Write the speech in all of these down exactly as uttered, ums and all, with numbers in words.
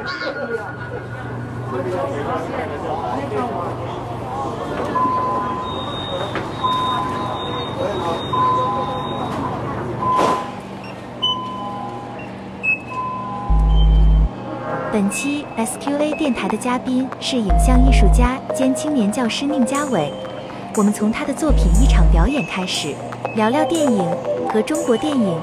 本期 S Q A 电台的嘉宾是影像艺术家兼青年教师宁家伟。我们从他的作品一场表演开始，聊聊电影和中国电影。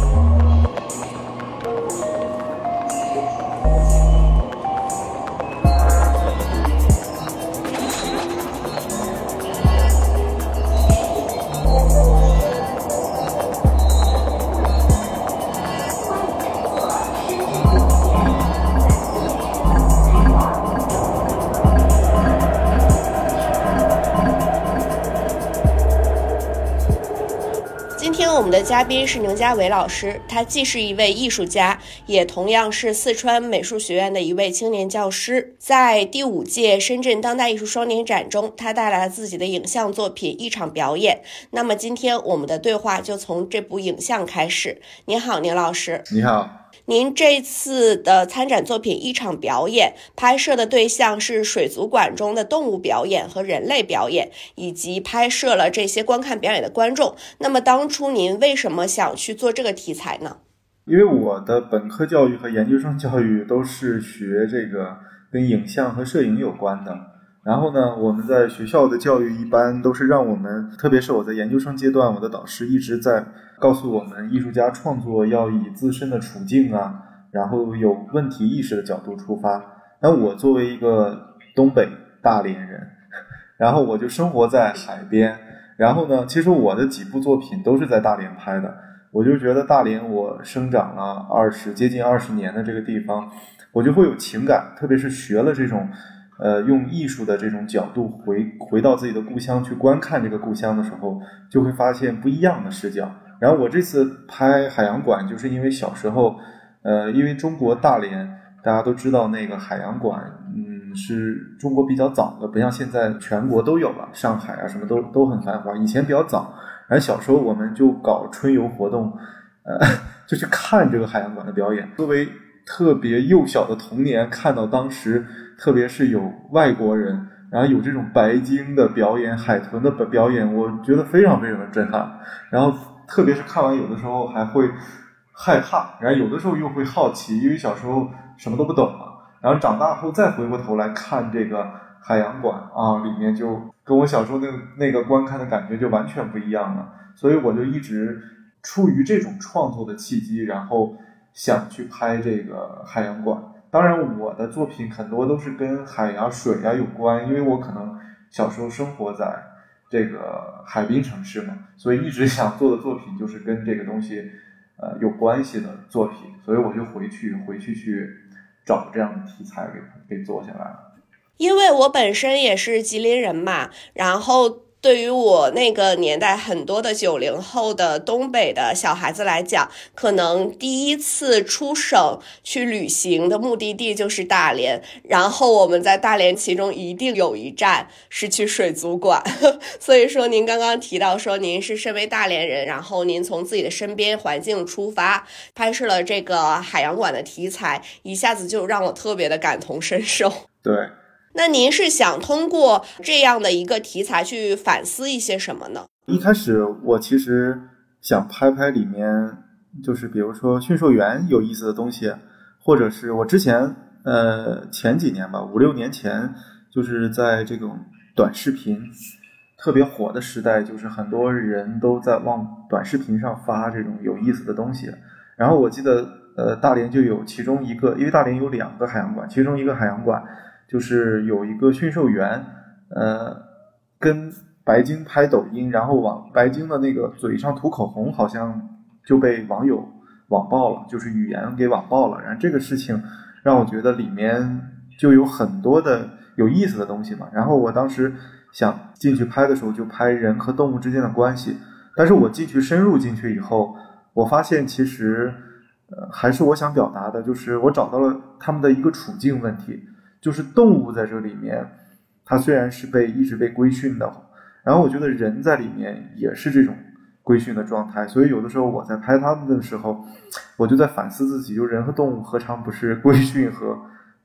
我们的嘉宾是宁家伟老师，他既是一位艺术家，也同样是四川美术学院的一位青年教师。在第五届深圳当代艺术双年展中，他带来了自己的影像作品一场表演。那么今天我们的对话就从这部影像开始。您好，宁老师。 你好。 您这次的参展作品一场表演拍摄的对象是水族馆中的动物表演和人类表演，以及拍摄了这些观看表演的观众。那么当初您为什么想去做这个题材呢？ 因为我的本科教育和研究生教育都是学这个跟影像和摄影有关的。然后呢，我们在学校的教育一般都是让我们，特别是我在研究生阶段，我的导师一直在告诉我们，艺术家创作要以自身的处境啊，然后有问题意识的角度出发。那我作为一个东北大连人，然后我就生活在海边，然后呢，其实我的几部作品都是在大连拍的。我就觉得大连我生长了二十接近二十年的这个地方，我就会有情感，特别是学了这种呃，用艺术的这种角度回回到自己的故乡去观看这个故乡的时候，就会发现不一样的视角。然后我这次拍海洋馆，就是因为小时候，呃，因为中国大连大家都知道那个海洋馆，嗯，是中国比较早的，不像现在全国都有了，上海啊什么都都很繁华，以前比较早。然后小时候我们就搞春游活动，呃，就去看这个海洋馆的表演。作为特别幼小的童年，看到当时特别是有外国人，然后有这种白鲸的表演、海豚的表演，我觉得非常非常的震撼。然后特别是看完，有的时候还会害怕，然后有的时候又会好奇，因为小时候什么都不懂嘛。然后长大后再回过头来看这个海洋馆啊，里面就跟我小时候那个那个观看的感觉就完全不一样了。所以我就一直出于这种创作的契机，然后想去拍这个海洋馆。当然我的作品很多都是跟海呀、水呀有关，因为我可能小时候生活在这个海滨城市嘛，所以一直想做的作品就是跟这个东西呃有关系的作品，所以我就回去回去去找这样的题材给给做下来了。 因为我本身也是吉林人嘛，然后对于我那个年代很多的九零后的东北的小孩子来讲，可能第一次出省去旅行的目的地就是大连，然后我们在大连其中一定有一站是去水族馆。所以说您刚刚提到说您是身为大连人，然后您从自己的身边环境出发拍摄了这个海洋馆的题材，一下子就让我特别的感同身受。 对， 那您是想通过这样的一个题材去反思一些什么呢？ 一开始我其实想拍拍里面就是比如说驯兽员有意思的东西，或者是我之前呃前几年吧，五六年前就是在这种短视频特别火的时代，就是很多人都在往短视频上发这种有意思的东西。然后我记得呃大连就有其中一个，因为大连有两个海洋馆，其中一个海洋馆就是有一个驯兽员，呃，跟白鲸拍抖音，然后往白鲸的那个嘴上涂口红，好像就被网友网暴了，就是语言给网暴了。然后这个事情让我觉得里面就有很多的有意思的东西嘛。然后我当时想进去拍的时候，就拍人和动物之间的关系。但是我进去深入进去以后，我发现其实呃还是我想表达的，就是我找到了他们的一个处境问题。就是动物在这里面，它虽然是被一直被规训的，然后我觉得人在里面也是这种规训的状态，所以有的时候我在拍他们的时候，我就在反思自己，就人和动物何尝不是规训和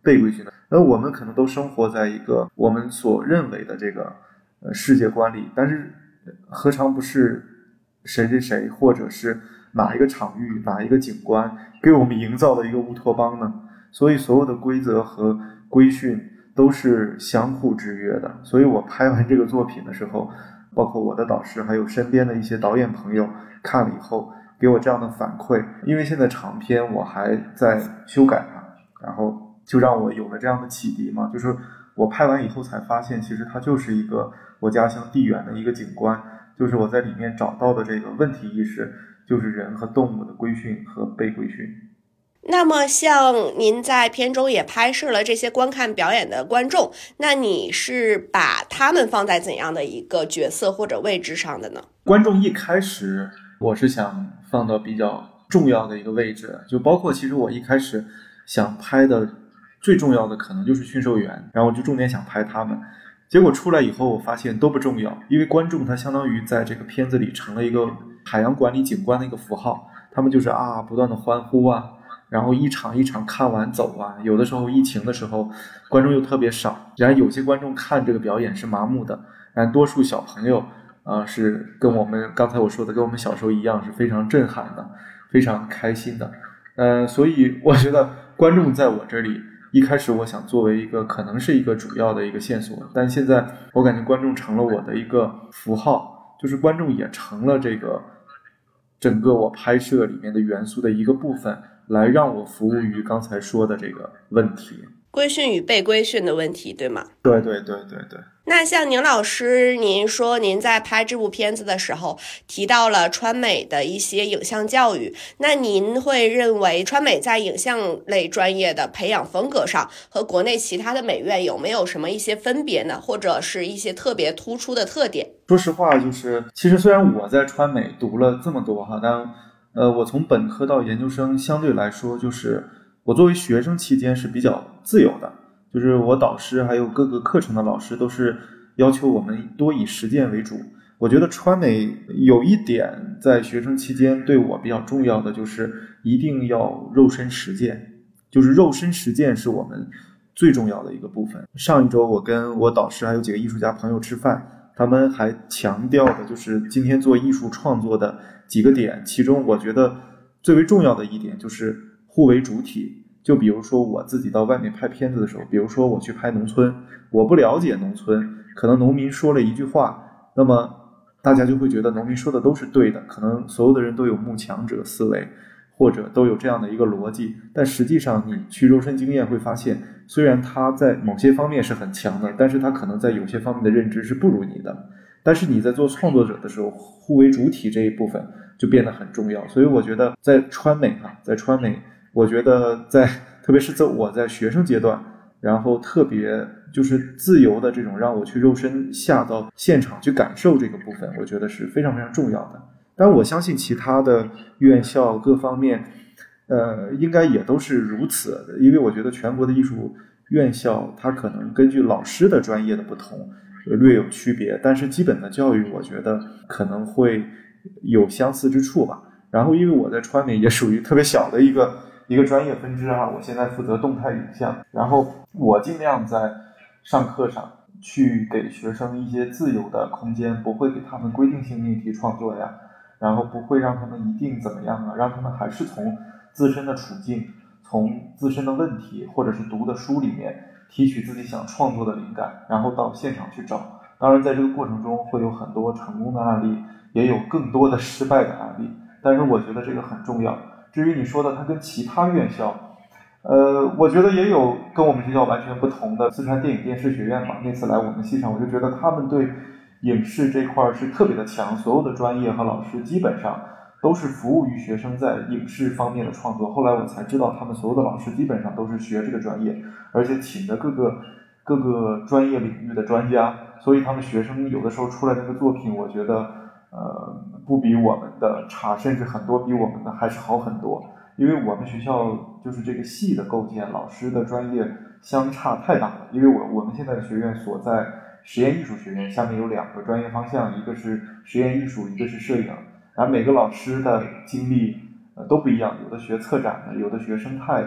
被规训的。而我们可能都生活在一个我们所认为的这个呃世界观里，但是何尝不是谁谁谁或者是哪一个场域哪一个景观给我们营造的一个乌托邦呢？所以所有的规则和规训都是相互制约的。所以我拍完这个作品的时候，包括我的导师还有身边的一些导演朋友看了以后给我这样的反馈，因为现在长篇我还在修改它，然后就让我有了这样的启迪嘛，就是我拍完以后才发现，其实它就是一个我家乡地远的一个景观，就是我在里面找到的这个问题意识，就是人和动物的规训和被规训。 那么像您在片中也拍摄了这些观看表演的观众，那你是把他们放在怎样的一个角色或者位置上的呢？ 观众一开始我是想放到比较重要的一个位置，就包括其实我一开始想拍的最重要的可能就是驯兽员，然后我就重点想拍他们。结果出来以后我发现都不重要，因为观众他相当于在这个片子里成了一个海洋管理景观的一个符号，他们就是啊不断的欢呼啊，然后一场一场看完走啊，有的时候疫情的时候观众又特别少，然后有些观众看这个表演是麻木的，然后多数小朋友呃，是跟我们刚才我说的跟我们小时候一样是非常震撼的，非常开心的。呃，所以我觉得观众在我这里一开始我想作为一个可能是一个主要的一个线索，但现在我感觉观众成了我的一个符号，就是观众也成了这个整个我拍摄里面的元素的一个部分，来让我服务于刚才说的这个问题， 规训与被规训的问题，对吗？ 对对对对对。 那像宁老师，您说您在拍这部片子的时候提到了川美的一些影像教育，那您会认为川美在影像类专业的培养风格上和国内其他的美院有没有什么一些分别呢？或者是一些特别突出的特点？ 说实话，就是其实虽然我在川美读了这么多哈，但呃，我从本科到研究生相对来说，就是我作为学生期间是比较自由的，就是我导师还有各个课程的老师都是要求我们多以实践为主。我觉得川美有一点在学生期间对我比较重要的，就是一定要肉身实践，就是肉身实践是我们最重要的一个部分。上一周我跟我导师还有几个艺术家朋友吃饭，他们还强调的就是今天做艺术创作的几个点，其中我觉得最为重要的一点就是互为主体。就比如说我自己到外面拍片子的时候，比如说我去拍农村，我不了解农村，可能农民说了一句话，那么大家就会觉得农民说的都是对的，可能所有的人都有慕强者思维，或者都有这样的一个逻辑，但实际上你去肉身经验会发现，虽然他在某些方面是很强的，但是他可能在有些方面的认知是不如你的。但是你在做创作者的时候，互为主体这一部分就变得很重要。所以我觉得在川美啊，在川美我觉得在特别是在我在学生阶段，然后特别就是自由的这种让我去肉身下到现场去感受这个部分，我觉得是非常非常重要的。但我相信其他的院校各方面呃，应该也都是如此的，因为我觉得全国的艺术院校它可能根据老师的专业的不同略有区别，但是基本的教育我觉得可能会有相似之处吧。然后因为我在川美也属于特别小的一个一个专业分支啊，我现在负责动态影像，然后我尽量在上课上去给学生一些自由的空间，不会给他们规定性命题创作呀，然后不会让他们一定怎么样啊，让他们还是从自身的处境，从自身的问题或者是读的书里面提取自己想创作的灵感，然后到现场去找。当然在这个过程中会有很多成功的案例，也有更多的失败的案例，但是我觉得这个很重要。至于你说的它跟其他院校呃，我觉得也有跟我们学校完全不同的，四川电影电视学院嘛，那次来我们系上，我就觉得他们对影视这块是特别的强，所有的专业和老师基本上都是服务于学生在影视方面的创作。后来我才知道他们所有的老师基本上都是学这个专业，而且请的各个各个专业领域的专家，所以他们学生有的时候出来那个作品，我觉得呃不比我们的差，甚至很多比我们的还是好很多。因为我们学校就是这个系的构建，老师的专业相差太大了。因为我我们现在的学院所在实验艺术学院，下面有两个专业方向，一个是实验艺术，一个是摄影。然后每个老师的经历呃都不一样，有的学策展的，有的学生态的，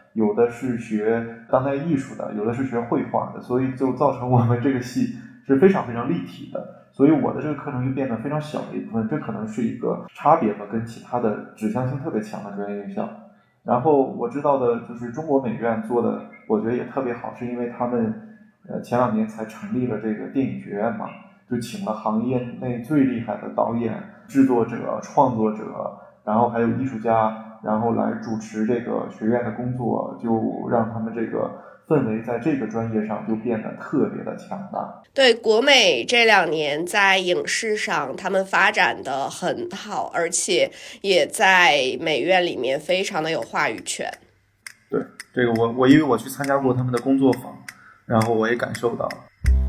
有的是学当代艺术的，有的是学绘画的，所以就造成我们这个系是非常非常立体的。所以我的这个课程就变得非常小的一部分，这可能是一个差别吧，跟其他的指向性特别强的专业院校。然后我知道的就是中国美院做的，我觉得也特别好，是因为他们呃前两年才成立了这个电影学院嘛，就请了行业内最厉害的导演、制作者、创作者，然后还有艺术家，然后来主持这个学院的工作，就让他们这个氛围在这个专业上就变得特别的强大。 对，国美这两年在影视上他们发展的很好，而且也在美院里面非常的有话语权。 对，这个我我因为我去参加过他们的工作坊，然后我也感受到了。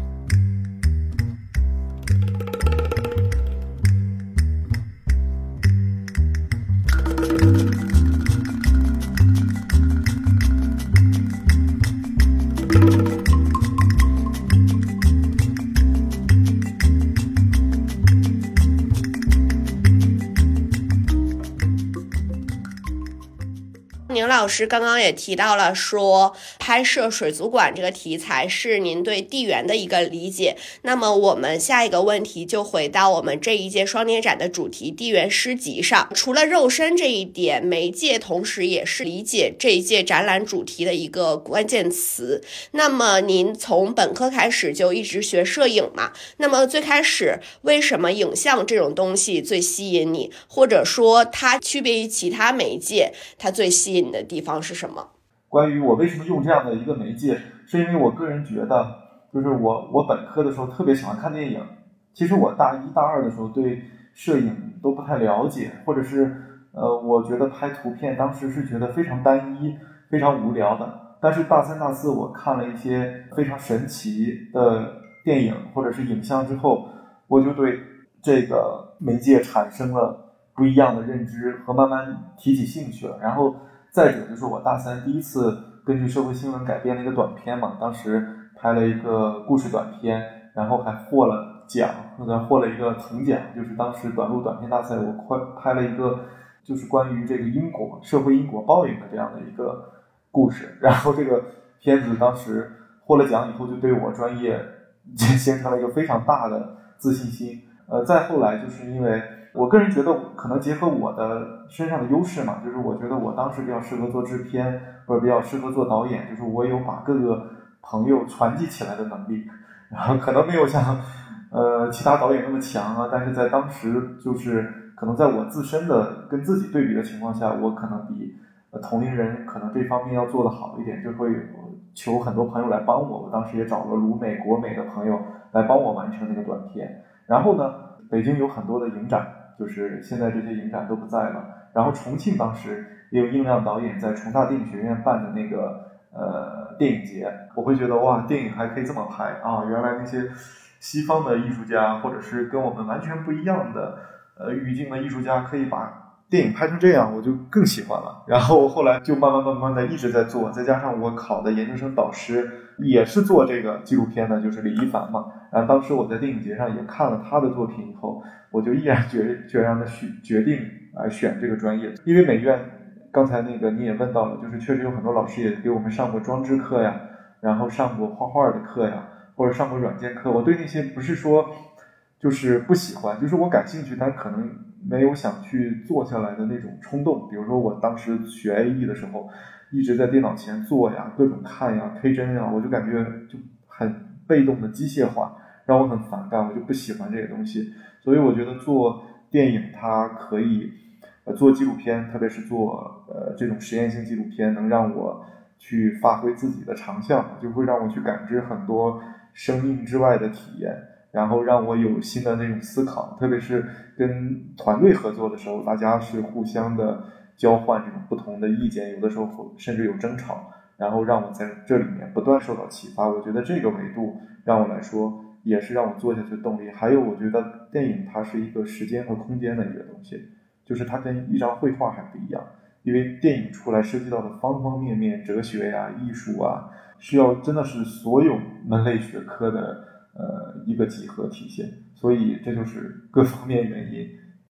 宁老师刚刚也提到了说拍摄水族馆这个题材是您对地缘的一个理解，那么我们下一个问题就回到我们这一届双年展的主题地缘诗集上。除了肉身这一点，媒介同时也是理解这一届展览主题的一个关键词。那么您从本科开始就一直学摄影嘛，那么最开始为什么影像这种东西最吸引你，或者说它区别于其他媒介，它最吸引你的地方是什么？ 关于我为什么用这样的一个媒介，是因为我个人觉得，就是我我本科的时候特别喜欢看电影。其实我大一大二的时候对摄影都不太了解，或者是呃，我觉得拍图片当时是觉得非常单一、非常无聊的。但是大三大四我看了一些非常神奇的电影或者是影像之后，我就对这个媒介产生了不一样的认知和慢慢提起兴趣了。然后再者就是我大三第一次根据社会新闻改编了一个短片嘛，当时拍了一个故事短片，然后还获了奖，获了一个铜奖，就是当时短路短片大赛我快拍了一个就是关于这个因果社会因果报应的这样的一个故事。然后这个片子当时获了奖以后，就对我专业形成了一个非常大的自信心。呃，再后来就是因为我个人觉得可能结合我的身上的优势嘛，就是我觉得我当时比较适合做制片，或者比较适合做导演，就是我有把各个朋友传递起来的能力，然后可能没有像呃其他导演那么强啊，但是在当时就是可能在我自身的跟自己对比的情况下，我可能比呃同龄人可能这方面要做得好一点，就会求很多朋友来帮我。我当时也找了鲁美、国美的朋友来帮我完成那个短片。然后呢，北京有很多的影展，就是现在这些影展都不在了。然后重庆当时也有应亮导演在重大电影学院办的那个呃电影节，我会觉得哇，电影还可以这么拍啊！原来那些西方的艺术家，或者是跟我们完全不一样的呃语境的艺术家，可以把电影拍成这样，我就更喜欢了。然后后来就慢慢慢慢的一直在做，再加上我考的研究生导师也是做这个纪录片的，就是李一凡嘛。然后当时我在电影节上也看了他的作品以后，我就毅然决决然的决定来选这个专业。因为美院刚才那个你也问到了，就是确实有很多老师也给我们上过装置课呀，然后上过画画的课呀，或者上过软件课。我对那些不是说就是不喜欢，就是我感兴趣，但可能没有想去做下来的那种冲动。比如说我当时学 A E 的时候，一直在电脑前做呀，各种看呀 K 帧呀，我就感觉就很被动的机械化，让我很反感，我就不喜欢这些东西。所以我觉得做电影它可以呃做纪录片，特别是做呃这种实验性纪录片，能让我去发挥自己的长项，就会让我去感知很多生命之外的体验，然后让我有新的那种思考。特别是跟团队合作的时候，大家是互相的交换这种不同的意见，有的时候甚至有争吵，然后让我在这里面不断受到启发。我觉得这个维度让我来说也是让我做下去的动力。还有我觉得电影它是一个时间和空间的一个东西，就是它跟一张绘画还不一样，因为电影出来涉及到的方方面面，哲学呀、艺术啊，需要真的是所有门类学科的呃一个集合体现。所以这就是各方面原因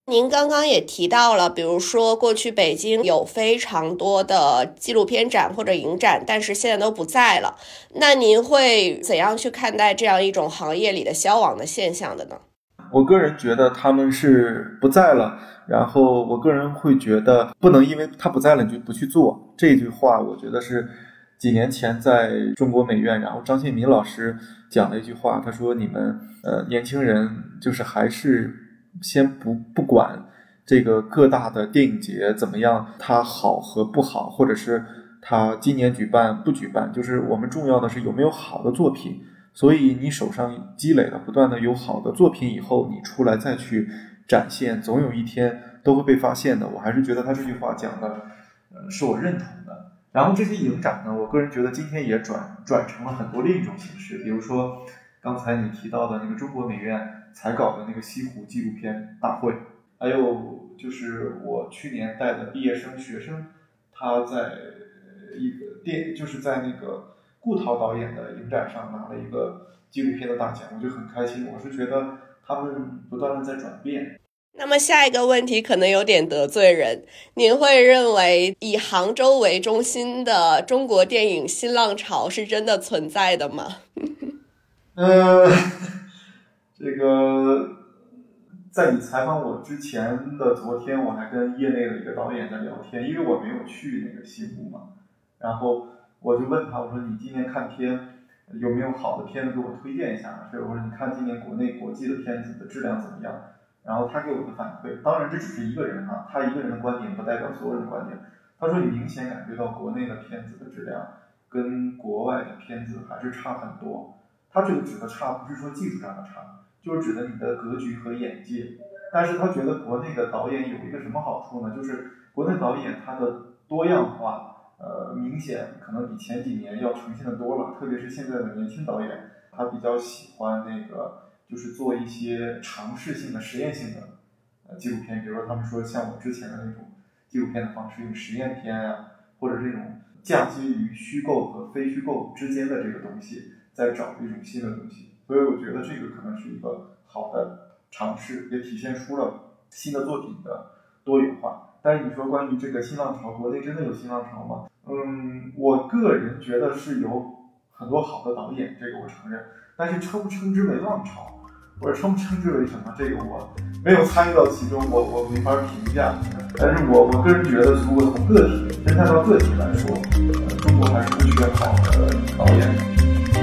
您刚刚也提到了，比如说过去北京有非常多的纪录片展或者影展，但是现在都不在了。那您会怎样去看待这样一种行业里的消亡的现象的呢？ 我个人觉得他们是不在了，然后我个人会觉得不能因为他不在了你就不去做。这句话我觉得是几年前在中国美院，然后张献民老师讲了一句话，他说你们呃年轻人就是还是先不不管这个各大的电影节怎么样，它好和不好，或者是它今年举办不举办，就是我们重要的是有没有好的作品。所以你手上积累了不断的有好的作品以后，你出来再去展现，总有一天都会被发现的。我还是觉得他这句话讲的呃是我认同的。然后这些影展呢，我个人觉得今天也转转成了很多另一种形式，比如说刚才你提到的那个中国美院才搞的那个西湖纪录片大会，还有就是我去年带的毕业生学生，他在一个电就是在那个顾涛导演的影展上拿了一个纪录片的大奖，我就很开心。我是觉得他们不断的在转变。 那么下一个问题可能有点得罪人，您会认为以杭州为中心的中国电影新浪潮是真的存在的吗？ 呃，这个在你采访我之前的昨天，我还跟业内的一个导演在聊天，因为我没有去那个西湖嘛，然后我就问他，我说你今年看片有没有好的片子给我推荐一下？所以我说你看今年国内国际的片子的质量怎么样？然后他给我的反馈，当然这只是一个人啊，他一个人的观点不代表所有人的观点。他说你明显感觉到国内的片子的质量跟国外的片子还是差很多。他这个指的差不是说技术上的差，就是指的你的格局和眼界。但是他觉得国内的导演有一个什么好处呢？就是国内导演他的多样化呃，明显可能比前几年要呈现的多了，特别是现在的年轻导演，他比较喜欢那个就是做一些尝试性的实验性的呃纪录片，比如说他们说像我之前的那种纪录片的方式，用实验片啊，或者这种嫁接于虚构和非虚构之间的这个东西，再找一种新的东西。所以我觉得这个可能是一个好的尝试，也体现出了新的作品的多元化。但是你说关于这个新浪潮，国内真的有新浪潮吗？嗯，我个人觉得是有很多好的导演，这个我承认。但是称不称之为浪潮，或者称不称之为什么，这个我没有参与到其中，我我没法评价。但是我我个人觉得，如果从个体分散到个体来说，呃，中国还是不缺好的导演。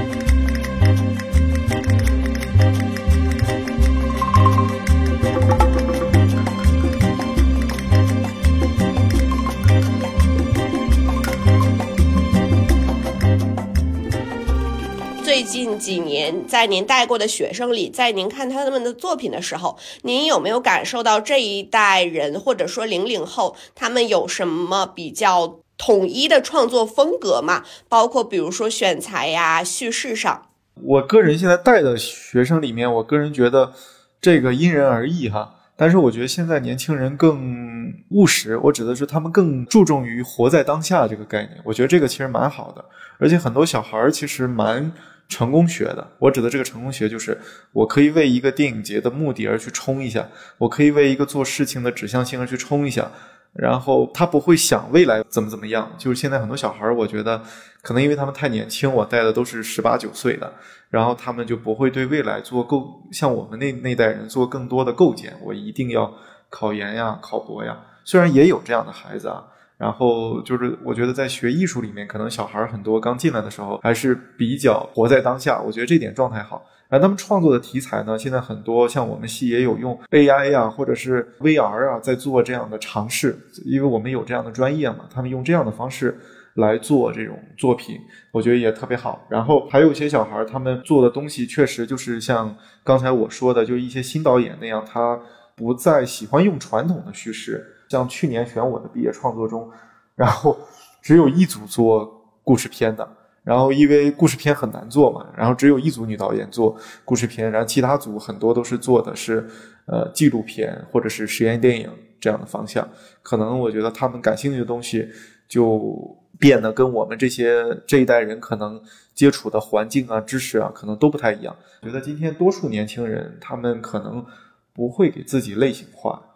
最近几年在您带过的学生里，在您看他们的作品的时候，您有没有感受到这一代人或者说零零后他们有什么比较统一的创作风格嘛？包括比如说选材呀、叙事上。 我个人现在带的学生里面，我个人觉得这个因人而异哈。但是我觉得现在年轻人更务实，我指的是他们更注重于活在当下这个概念，我觉得这个其实蛮好的。而且很多小孩其实蛮成功学的，我指的这个成功学就是我可以为一个电影节的目的而去冲一下，我可以为一个做事情的指向性而去冲一下，然后他不会想未来怎么怎么样。就是现在很多小孩我觉得可能因为他们太年轻，我带的都是十八九岁的，然后他们就不会对未来做构像我们那那代人做更多的构建，我一定要考研呀考博呀。虽然也有这样的孩子啊，然后就是我觉得在学艺术里面，可能小孩很多刚进来的时候还是比较活在当下，我觉得这点状态好。而他们创作的题材呢，现在很多像我们系也有用 A I 啊或者是 V R 啊在做这样的尝试，因为我们有这样的专业嘛，他们用这样的方式来做这种作品，我觉得也特别好。然后还有一些小孩他们做的东西确实就是像刚才我说的，就一些新导演那样，他不再喜欢用传统的叙事。像去年选我的毕业创作中，然后只有一组做故事片的，然后因为故事片很难做嘛，然后只有一组女导演做故事片，然后其他组很多都是做的是呃纪录片或者是实验电影这样的方向。可能我觉得他们感兴趣的东西就变得跟我们这些这一代人可能接触的环境啊知识啊可能都不太一样。我觉得今天多数年轻人他们可能不会给自己类型化，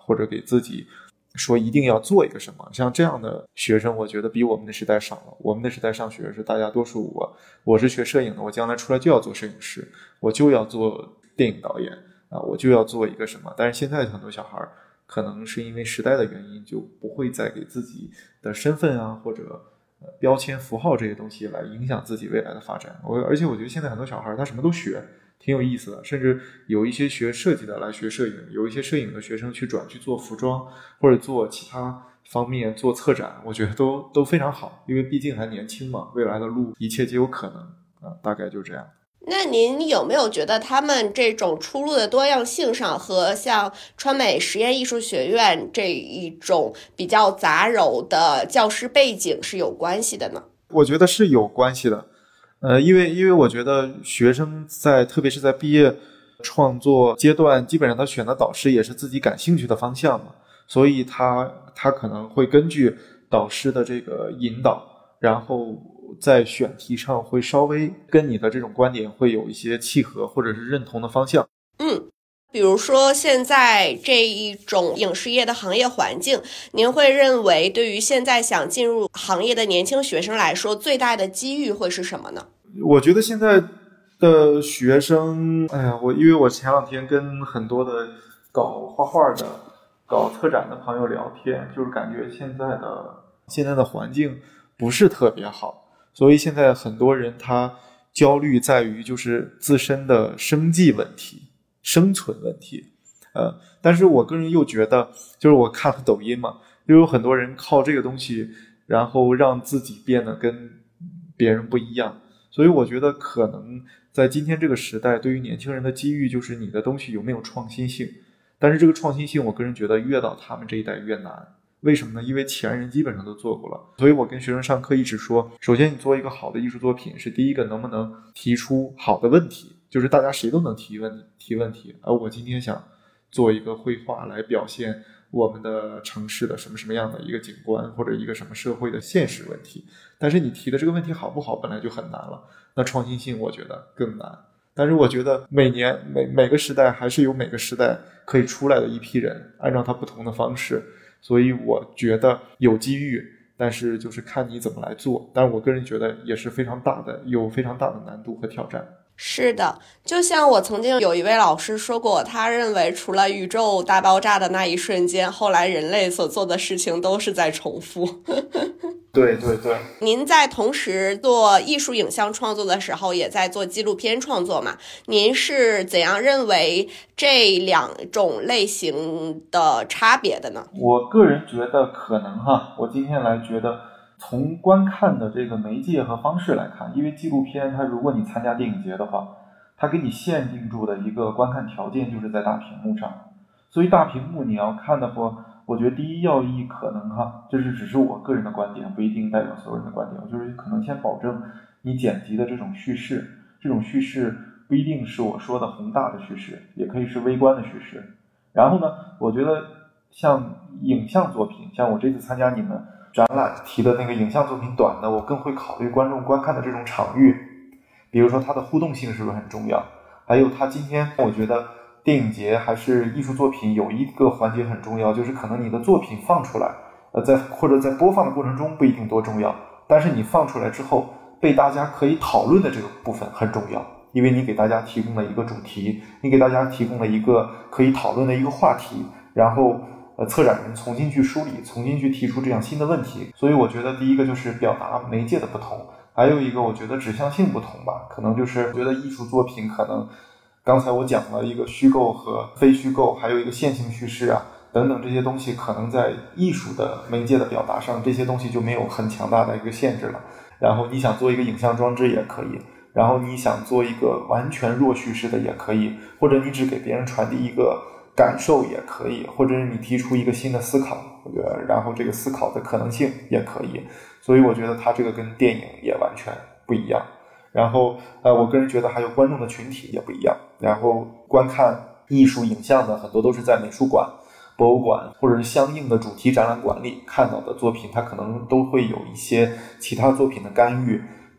或者给自己说一定要做一个什么。像这样的学生我觉得比我们的时代少了。我们的时代上学是大家多数我我是学摄影的，我将来出来就要做摄影师，我就要做电影导演啊，我就要做一个什么。但是现在很多小孩可能是因为时代的原因，就不会再给自己的身份啊或者标签符号这些东西来影响自己未来的发展。我而且我觉得现在很多小孩他什么都学，挺有意思的，甚至有一些学设计的来学摄影，有一些摄影的学生去转去做服装或者做其他方面做策展，我觉得都都非常好，因为毕竟还年轻嘛，未来的路一切皆有可能啊，大概就这样。 那您有没有觉得他们这种出路的多样性上和像川美实验艺术学院这一种比较杂糅的教师背景是有关系的呢？ 我觉得是有关系的，呃，因为因为我觉得学生在特别是在毕业创作阶段，基本上他选的导师也是自己感兴趣的方向嘛，所以他他可能会根据导师的这个引导，然后在选题上会稍微跟你的这种观点会有一些契合或者是认同的方向。 嗯，比如说现在这一种影视业的行业环境，您会认为对于现在想进入行业的年轻学生来说，最大的机遇会是什么呢？ 我觉得现在的学生，哎呀，我因为我前两天跟很多的搞画画的、搞策展的朋友聊天，就是感觉现在的现在的环境不是特别好，所以现在很多人他焦虑在于就是自身的生计问题、生存问题。呃，但是我个人又觉得，就是我看了抖音嘛，又有很多人靠这个东西，然后让自己变得跟别人不一样。所以我觉得可能在今天这个时代，对于年轻人的机遇就是你的东西有没有创新性。但是这个创新性我个人觉得越到他们这一代越难。为什么呢？因为前人基本上都做过了。所以我跟学生上课一直说，首先你做一个好的艺术作品是第一个能不能提出好的问题，就是大家谁都能提问提问题。而我今天想做一个绘画来表现我们的城市的什么什么样的一个景观，或者一个什么社会的现实问题，但是你提的这个问题好不好本来就很难了，那创新性我觉得更难。但是我觉得每年每每个时代还是有每个时代可以出来的一批人，按照他不同的方式，所以我觉得有机遇，但是就是看你怎么来做。但是我个人觉得也是非常大的，有非常大的难度和挑战。 是的，就像我曾经有一位老师说过，他认为除了宇宙大爆炸的那一瞬间，后来人类所做的事情都是在重复。 对对对。 您在同时做艺术影像创作的时候，也在做纪录片创作嘛？您是怎样认为这两种类型的差别的呢？ 我个人觉得可能哈，我今天来觉得从观看的这个媒介和方式来看，因为纪录片它如果你参加电影节的话，它给你限定住的一个观看条件就是在大屏幕上，所以大屏幕你要看的话，我觉得第一要义可能哈，这是只是我个人的观点，不一定代表所有人的观点，我就是可能先保证你剪辑的这种叙事，这种叙事不一定是我说的宏大的叙事，也可以是微观的叙事。然后呢，我觉得像影像作品，像我这次参加你们展览提的那个影像作品短的，我更会考虑观众观看的这种场域，比如说它的互动性是不是很重要，还有它今天我觉得电影节还是艺术作品有一个环节很重要，就是可能你的作品放出来，呃，在或者在播放的过程中不一定多重要，但是你放出来之后被大家可以讨论的这个部分很重要，因为你给大家提供了一个主题，你给大家提供了一个可以讨论的一个话题，然后呃，策展人重新去梳理，重新去提出这样新的问题。所以我觉得第一个就是表达媒介的不同，还有一个我觉得指向性不同吧，可能就是我觉得艺术作品可能刚才我讲了一个虚构和非虚构，还有一个线性叙事啊等等，这些东西可能在艺术的媒介的表达上，这些东西就没有很强大的一个限制了。然后你想做一个影像装置也可以，然后你想做一个完全弱叙事的也可以，或者你只给别人传递一个感受也可以，或者是你提出一个新的思考，我觉得然后这个思考的可能性也可以。所以我觉得它这个跟电影也完全不一样。然后呃，我个人觉得还有观众的群体也不一样。然后观看艺术影像的很多都是在美术馆、博物馆或者是相应的主题展览馆里看到的作品，它可能都会有一些其他作品的干预，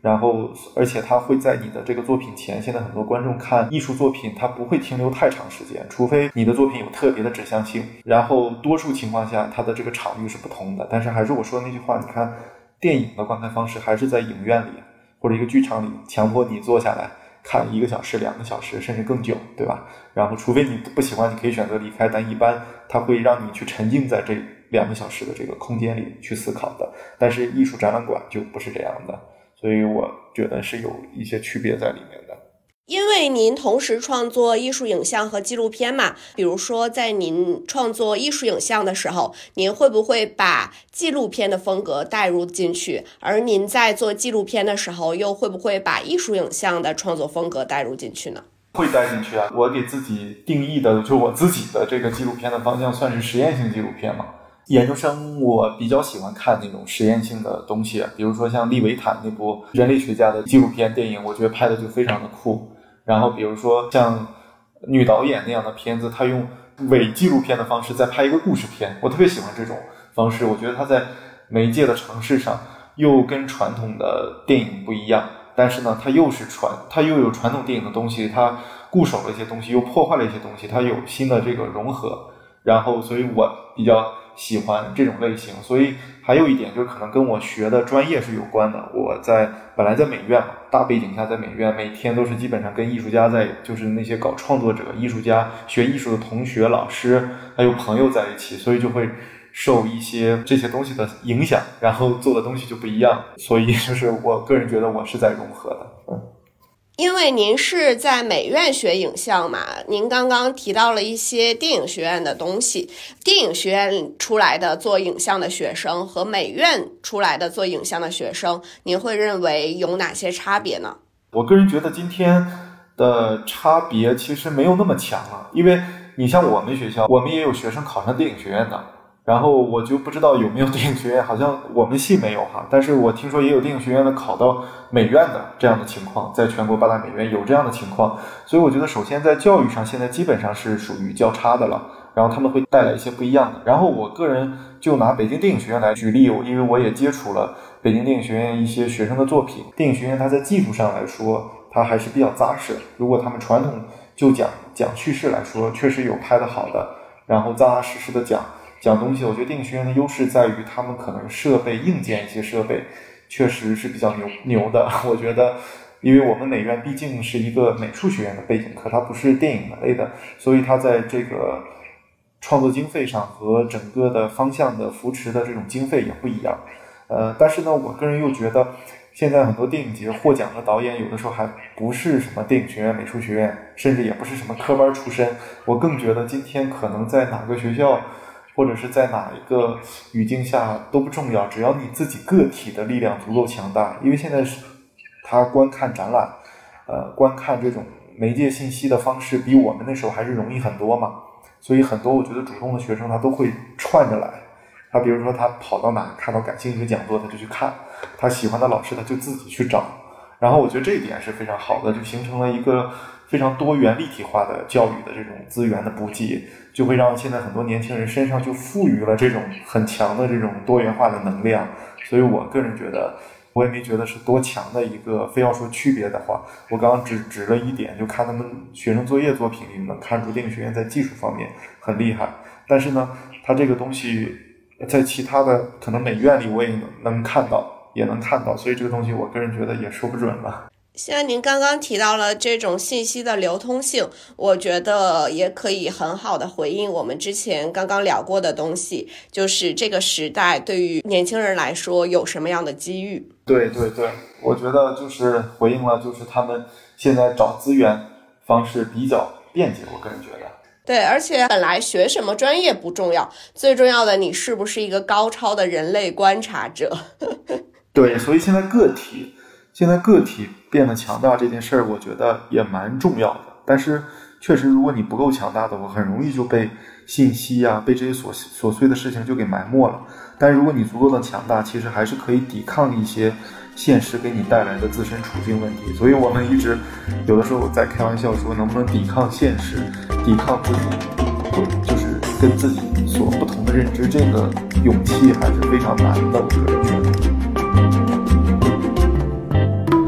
然后而且它会在你的这个作品前，现在很多观众看艺术作品它不会停留太长时间，除非你的作品有特别的指向性，然后多数情况下它的这个场域是不同的。但是还是我说的那句话，你看电影的观看方式还是在影院里或者一个剧场里强迫你坐下来看一个小时两个小时甚至更久，对吧？然后除非你不喜欢你可以选择离开，但一般它会让你去沉浸在这两个小时的这个空间里去思考的。但是艺术展览馆就不是这样的，所以我觉得是有一些区别在里面的。 因为您同时创作艺术影像和纪录片嘛，比如说在您创作艺术影像的时候，您会不会把纪录片的风格带入进去？而您在做纪录片的时候，又会不会把艺术影像的创作风格带入进去呢？ 会带进去啊，我给自己定义的就我自己的这个纪录片的方向算是实验性纪录片嘛。研究生我比较喜欢看那种实验性的东西，比如说像利维坦那部人类学家的纪录片电影，我觉得拍的就非常的酷。然后比如说像女导演那样的片子，她用伪纪录片的方式再拍一个故事片，我特别喜欢这种方式。我觉得它在媒介的尝试上又跟传统的电影不一样，但是呢它又是传它又有传统电影的东西，它固守了一些东西，又破坏了一些东西，它有新的这个融合。然后所以我比较喜欢这种类型。所以还有一点就是可能跟我学的专业是有关的，我在本来在美院嘛，大背景下在美院，每天都是基本上跟艺术家在，就是那些搞创作者艺术家学艺术的同学老师还有朋友在一起，所以就会受一些这些东西的影响，然后做的东西就不一样。所以就是我个人觉得我是在融合的。嗯， 因为您是在美院学影像嘛，您刚刚提到了一些电影学院的东西，电影学院出来的做影像的学生和美院出来的做影像的学生，您会认为有哪些差别呢？ 我个人觉得今天的差别其实没有那么强了，因为你像我们学校，我们也有学生考上电影学院的，然后我就不知道有没有电影学院，好像我们系没有哈，但是我听说也有电影学院的考到美院的这样的情况，在全国八大美院有这样的情况。所以我觉得首先在教育上现在基本上是属于较差的了，然后他们会带来一些不一样的。然后我个人就拿北京电影学院来举例，因为我也接触了北京电影学院一些学生的作品，电影学院它在技术上来说它还是比较扎实的，如果他们传统就讲讲叙事来说，确实有拍得好的，然后扎扎实实的讲讲东西。我觉得电影学院的优势在于他们可能设备硬件一些设备确实是比较牛牛的。我觉得因为我们美院毕竟是一个美术学院的背景，可它不是电影类的，所以它在这个创作经费上和整个的方向的扶持的这种经费也不一样。呃，但是呢我个人又觉得现在很多电影节获奖的导演有的时候还不是什么电影学院、美术学院，甚至也不是什么科班出身。我更觉得今天可能在哪个学校或者是在哪一个语境下都不重要，只要你自己个体的力量足够强大。因为现在是他观看展览呃，观看这种媒介信息的方式比我们那时候还是容易很多嘛，所以很多我觉得主动的学生他都会串着来。他比如说他跑到哪看到感兴趣的讲座他就去看，他喜欢的老师他就自己去找，然后我觉得这一点是非常好的，就形成了一个非常多元立体化的教育的这种资源的补给，就会让现在很多年轻人身上就赋予了这种很强的这种多元化的能量。所以我个人觉得我也没觉得是多强的一个，非要说区别的话，我刚刚只指了一点，就看他们学生作业作品里能看出电影学院在技术方面很厉害，但是呢他这个东西在其他的可能美院里我也能能看到也能看到，所以这个东西我个人觉得也说不准了。 像您刚刚提到了这种信息的流通性，我觉得也可以很好的回应我们之前刚刚聊过的东西，就是这个时代对于年轻人来说有什么样的机遇。 对对对，我觉得就是回应了就是他们现在找资源方式比较便捷，我个人觉得对，而且本来学什么专业不重要，最重要的你是不是一个高超的人类观察者。 对，所以现在个体现在个体变得强大这件事儿我觉得也蛮重要的，但是确实如果你不够强大的话，很容易就被信息啊被这些琐琐碎的事情就给埋没了。但如果你足够的强大，其实还是可以抵抗一些现实给你带来的自身处境问题。所以我们一直有的时候在开玩笑说，能不能抵抗现实，抵抗自己就是跟自己所不同的认知，这个勇气还是非常难的，我个人觉得。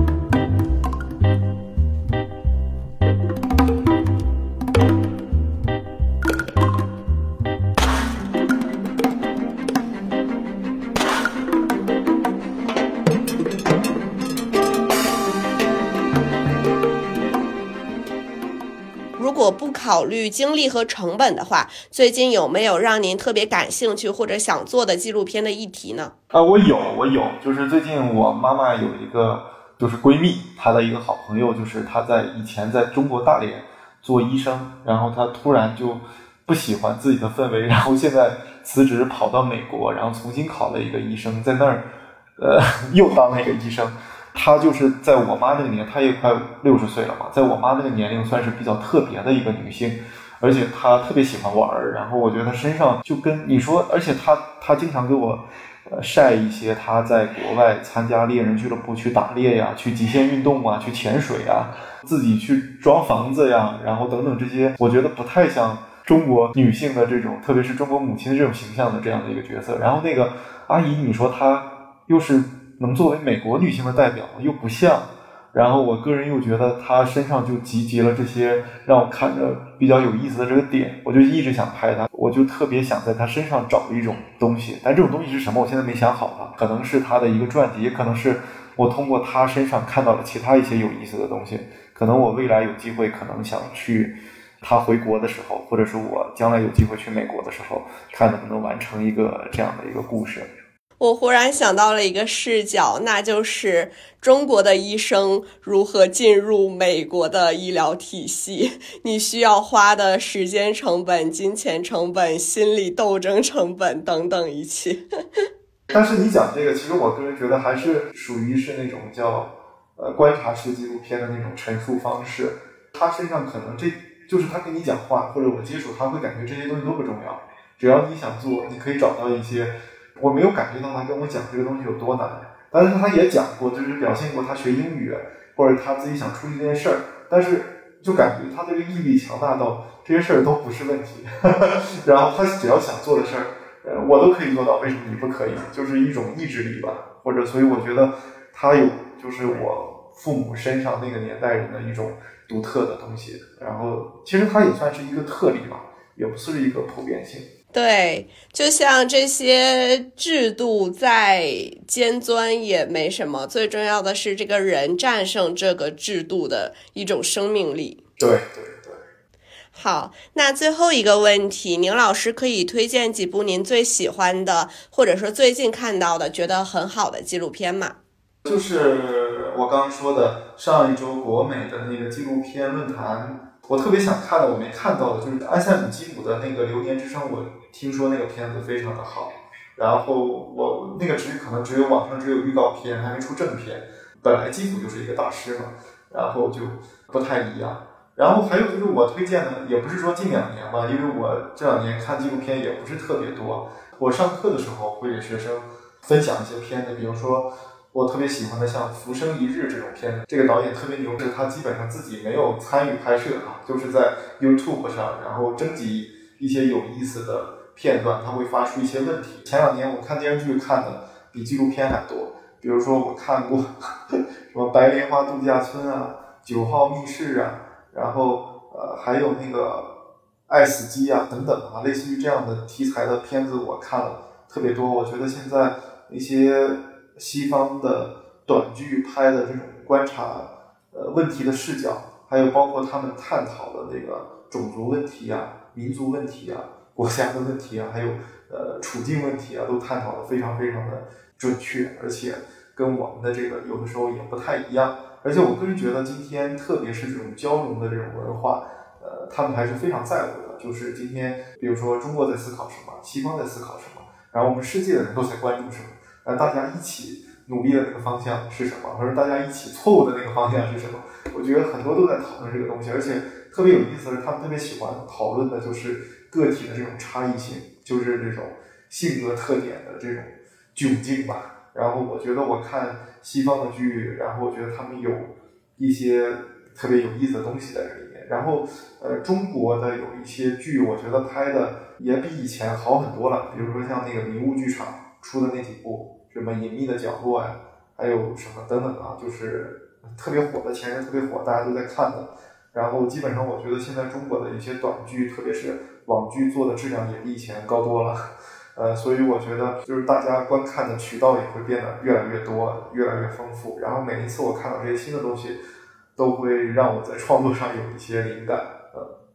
果不考虑精力和成本的话，最近有没有让您特别感兴趣或者想做的纪录片的议题呢？ 啊，我有，我有，就是最近我妈妈有一个就是闺蜜，她的一个好朋友，就是她在以前在中国大连做医生，然后她突然就不喜欢自己的氛围，然后现在辞职跑到美国，然后重新考了一个医生，在那儿呃又当了一个医生。她就是在我妈那个年，她也快六十岁了嘛，在我妈那个年龄算是比较特别的一个女性，而且她特别喜欢玩，然后我觉得她身上就跟你说，而且她她经常给我呃晒一些她在国外参加猎人俱乐部去打猎呀，去极限运动啊，去潜水啊，自己去装房子呀，然后等等这些，我觉得不太像中国女性的这种，特别是中国母亲的这种形象的这样的一个角色。然后那个阿姨，你说她又是能作为美国女性的代表，又不像，然后我个人又觉得她身上就集结了这些让我看着比较有意思的这个点，我就一直想拍她，我就特别想在她身上找一种东西，但这种东西是什么我现在没想好啊，可能是她的一个传记，也可能是我通过她身上看到了其他一些有意思的东西，可能我未来有机会可能想去她回国的时候，或者是我将来有机会去美国的时候，看能不能完成一个这样的一个故事。 我忽然想到了一个视角，那就是中国的医生如何进入美国的医疗体系，你需要花的时间成本、金钱成本、心理斗争成本等等一切。 但是你讲这个，其实我个人觉得还是属于是那种叫呃观察式纪录片的那种陈述方式，他身上可能这就是他跟你讲话，或者我接触他会感觉这些东西都不重要，只要你想做，你可以找到一些。我没有感觉到他跟我讲这个东西有多难，但是他也讲过，就是表现过他学英语，或者他自己想出去这件事儿，但是就感觉他这个毅力强大到这些事儿都不是问题，然后他只要想做的事儿，呃，我都可以做到，为什么你不可以？就是一种意志力吧，或者所以我觉得他有就是我父母身上那个年代人的一种独特的东西，然后其实他也算是一个特例吧，也不是一个普遍性。 对，就像这些制度再尖钻也没什么，最重要的是这个人战胜这个制度的一种生命力。 对对对。 好，那最后一个问题，宁老师可以推荐几部您最喜欢的，或者说最近看到的觉得很好的纪录片吗？ 就是我刚刚说的上一周国美的那个纪录片论坛，我特别想看的我没看到的就是安塞姆基姆的那个流年之声，我听说那个片子非常的好，然后我那个只可能只有网上只有预告片，还没出正片，本来基辅就是一个大师嘛，然后就不太一样。然后还有就是我推荐的也不是说近两年嘛，因为我这两年看纪录片也不是特别多，我上课的时候会给学生分享一些片子，比如说我特别喜欢的像《浮生一日》这种片子，这个导演特别牛，是他基本上自己没有参与拍摄啊，就是在 YouTube 上，然后征集一些有意思的片段，他会发出一些问题。前两年我看电视剧看的比纪录片还多，比如说我看过什么白莲花度假村啊、九号密室啊，然后呃还有那个爱死机啊等等啊，类似于这样的题材的片子我看了特别多。我觉得现在一些西方的短剧拍的这种观察呃问题的视角，还有包括他们探讨的那个种族问题啊、民族问题啊、国家的问题啊，还有呃处境问题啊，都探讨的非常非常的准确，而且跟我们的这个有的时候也不太一样。而且我个人觉得今天特别是这种交融的这种文化，呃，他们还是非常在乎的。就是今天比如说中国在思考什么，西方在思考什么，然后我们世界的人都在关注什么，然后大家一起努力的那个方向是什么，或者大家一起错误的那个方向是什么。我觉得很多都在讨论这个东西，而且特别有意思的是他们特别喜欢讨论的就是个体的这种差异性，就是这种性格特点的这种窘境吧。然后我觉得我看西方的剧，然后我觉得他们有一些特别有意思的东西在这里面。然后呃，中国的有一些剧我觉得拍的也比以前好很多了，比如说像那个迷雾剧场出的那几部，什么隐秘的角落呀，还有什么等等啊，就是特别火的，前阵特别火，大家都在看的。然后基本上我觉得现在中国的一些短剧，特别是网剧做的质量也比以前高多了。呃，所以我觉得就是大家观看的渠道也会变得越来越多，越来越丰富。然后每一次我看到这些新的东西，都会让我在创作上有一些灵感。呃，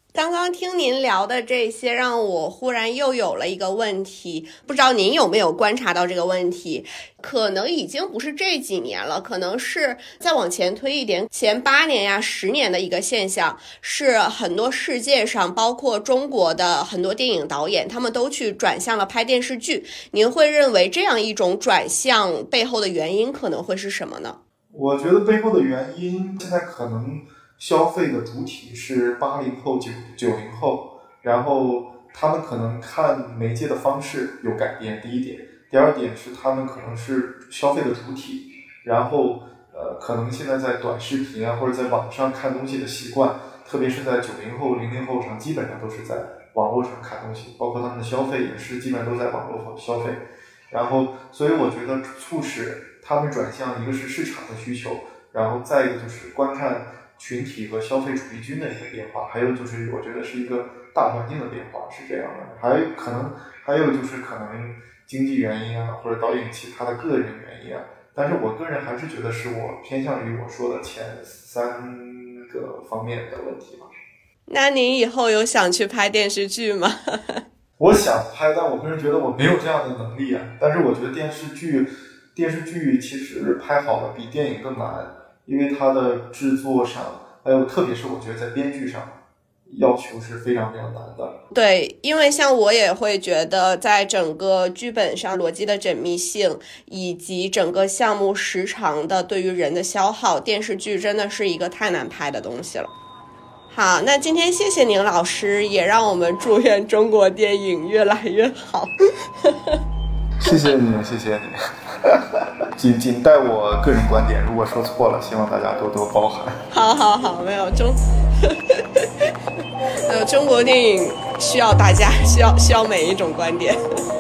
刚刚听您聊的这些，让我忽然又有了一个问题，不知道您有没有观察到这个问题？可能已经不是这几年了，可能是再往前推一点，前八年呀、十年的一个现象，是很多世界上，包括中国的很多电影导演，他们都去转向了拍电视剧。您会认为这样一种转向背后的原因可能会是什么呢？ 我觉得背后的原因，现在可能消费的主体是八零后、九九零后，然后他们可能看媒介的方式有改变，第一点。第二点是他们可能是消费的主体，然后呃，可能现在在短视频啊或者在网上看东西的习惯，特别是在九零后、零零后上，基本上都是在网络上看东西，包括他们的消费也是基本上都在网络上消费。然后，所以我觉得促使他们转向，一个是市场的需求，然后再一个就是观看群体和消费主力军的一个变化，还有就是我觉得是一个大环境的变化，是这样的。还有可能还有就是可能经济原因啊，或者导演其他的个人原因啊，但是我个人还是觉得是我偏向于我说的前三个方面的问题吧。 那您以后有想去拍电视剧吗？ 我想拍，但我个人觉得我没有这样的能力啊。但是我觉得电视剧电视剧其实拍好了比电影更难，因为它的制作上，还有特别是我觉得在编剧上要求是非常非常难的。 对，因为像我也会觉得在整个剧本上逻辑的缜密性以及整个项目时长的对于人的消耗，电视剧真的是一个太难拍的东西了。好，那今天谢谢宁老师，也让我们祝愿中国电影越来越好。 谢谢你，谢谢你。仅仅带我个人观点，如果说错了，希望大家多多包涵。 好好好，没有中，呃，中国电影需要大家，需要需要每一种观点。